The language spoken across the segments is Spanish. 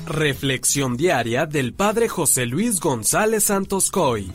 Reflexión diaria del Padre José Luis González Santos Coy.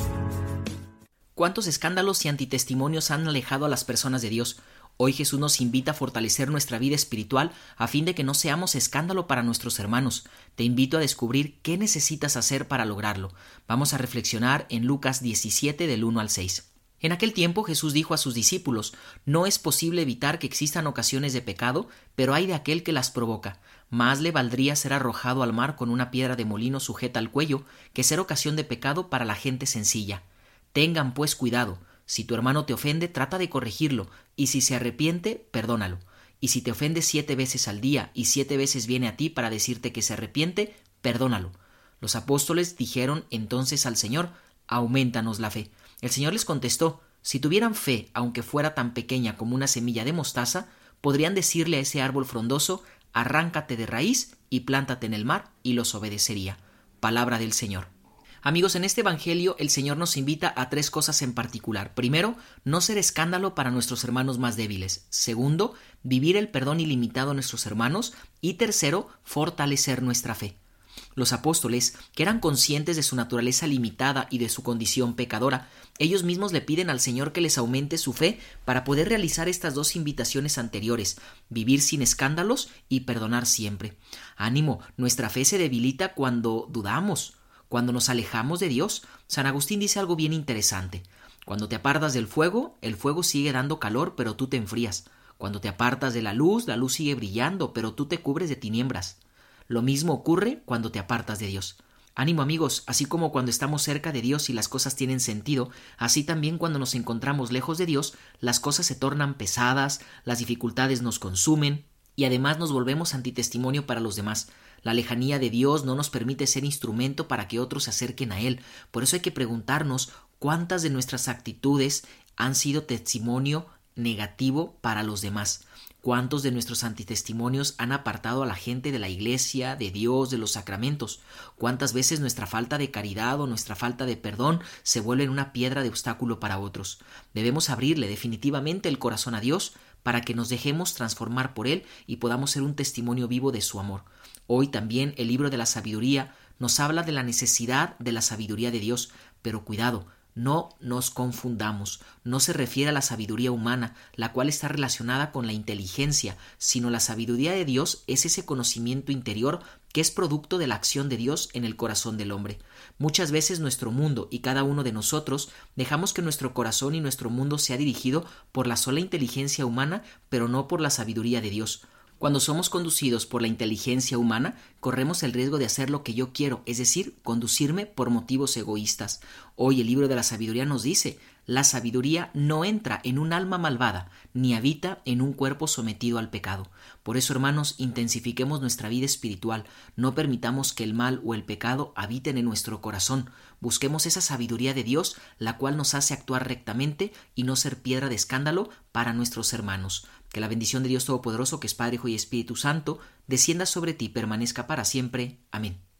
¿Cuántos escándalos y antitestimonios han alejado a las personas de Dios? Hoy Jesús nos invita a fortalecer nuestra vida espiritual a fin de que no seamos escándalo para nuestros hermanos. Te invito a descubrir qué necesitas hacer para lograrlo. Vamos a reflexionar en Lucas 17 del 1 al 6. En aquel tiempo Jesús dijo a sus discípulos: No es posible evitar que existan ocasiones de pecado, pero hay de aquel que las provoca. Más le valdría ser arrojado al mar con una piedra de molino sujeta al cuello que ser ocasión de pecado para la gente sencilla. Tengan pues cuidado. Si tu hermano te ofende, trata de corregirlo, y si se arrepiente, perdónalo. Y si te ofende 7 veces al día, y 7 veces viene a ti para decirte que se arrepiente, perdónalo. Los apóstoles dijeron entonces al Señor: Aumentanos la fe. El Señor les contestó: Si tuvieran fe, aunque fuera tan pequeña como una semilla de mostaza, podrían decirle a ese árbol frondoso: Arráncate de raíz y plántate en el mar, y los obedecería. Palabra del Señor. Amigos, en este Evangelio el Señor nos invita a 3 cosas en particular. Primero, no ser escándalo para nuestros hermanos más débiles. Segundo, vivir el perdón ilimitado a nuestros hermanos. Y tercero, fortalecer nuestra fe. Los apóstoles, que eran conscientes de su naturaleza limitada y de su condición pecadora, ellos mismos le piden al Señor que les aumente su fe para poder realizar estas 2 invitaciones anteriores: vivir sin escándalos y perdonar siempre. Ánimo, nuestra fe se debilita cuando dudamos, cuando nos alejamos de Dios. San Agustín dice algo bien interesante: Cuando te apartas del fuego, el fuego sigue dando calor, pero tú te enfrías. Cuando te apartas de la luz sigue brillando, pero tú te cubres de tinieblas. Lo mismo ocurre cuando te apartas de Dios. Ánimo, amigos, así como cuando estamos cerca de Dios y las cosas tienen sentido, así también cuando nos encontramos lejos de Dios, las cosas se tornan pesadas, las dificultades nos consumen y además nos volvemos antitestimonio para los demás. La lejanía de Dios no nos permite ser instrumento para que otros se acerquen a Él. Por eso hay que preguntarnos cuántas de nuestras actitudes han sido testimonio negativo para los demás. ¿Cuántos de nuestros antitestimonios han apartado a la gente de la iglesia, de Dios, de los sacramentos? ¿Cuántas veces nuestra falta de caridad o nuestra falta de perdón se vuelve una piedra de obstáculo para otros? Debemos abrirle definitivamente el corazón a Dios para que nos dejemos transformar por Él y podamos ser un testimonio vivo de su amor. Hoy también el libro de la sabiduría nos habla de la necesidad de la sabiduría de Dios, pero cuidado, no nos confundamos. No se refiere a la sabiduría humana, la cual está relacionada con la inteligencia, sino la sabiduría de Dios es ese conocimiento interior que es producto de la acción de Dios en el corazón del hombre. Muchas veces nuestro mundo y cada uno de nosotros dejamos que nuestro corazón y nuestro mundo sea dirigido por la sola inteligencia humana, pero no por la sabiduría de Dios. Cuando somos conducidos por la inteligencia humana, corremos el riesgo de hacer lo que yo quiero, es decir, conducirme por motivos egoístas. Hoy el libro de la sabiduría nos dice: la sabiduría no entra en un alma malvada, ni habita en un cuerpo sometido al pecado. Por eso, hermanos, intensifiquemos nuestra vida espiritual. No permitamos que el mal o el pecado habiten en nuestro corazón. Busquemos esa sabiduría de Dios, la cual nos hace actuar rectamente y no ser piedra de escándalo para nuestros hermanos. Que la bendición de Dios Todopoderoso, que es Padre, Hijo y Espíritu Santo, descienda sobre ti y permanezca para siempre. Amén.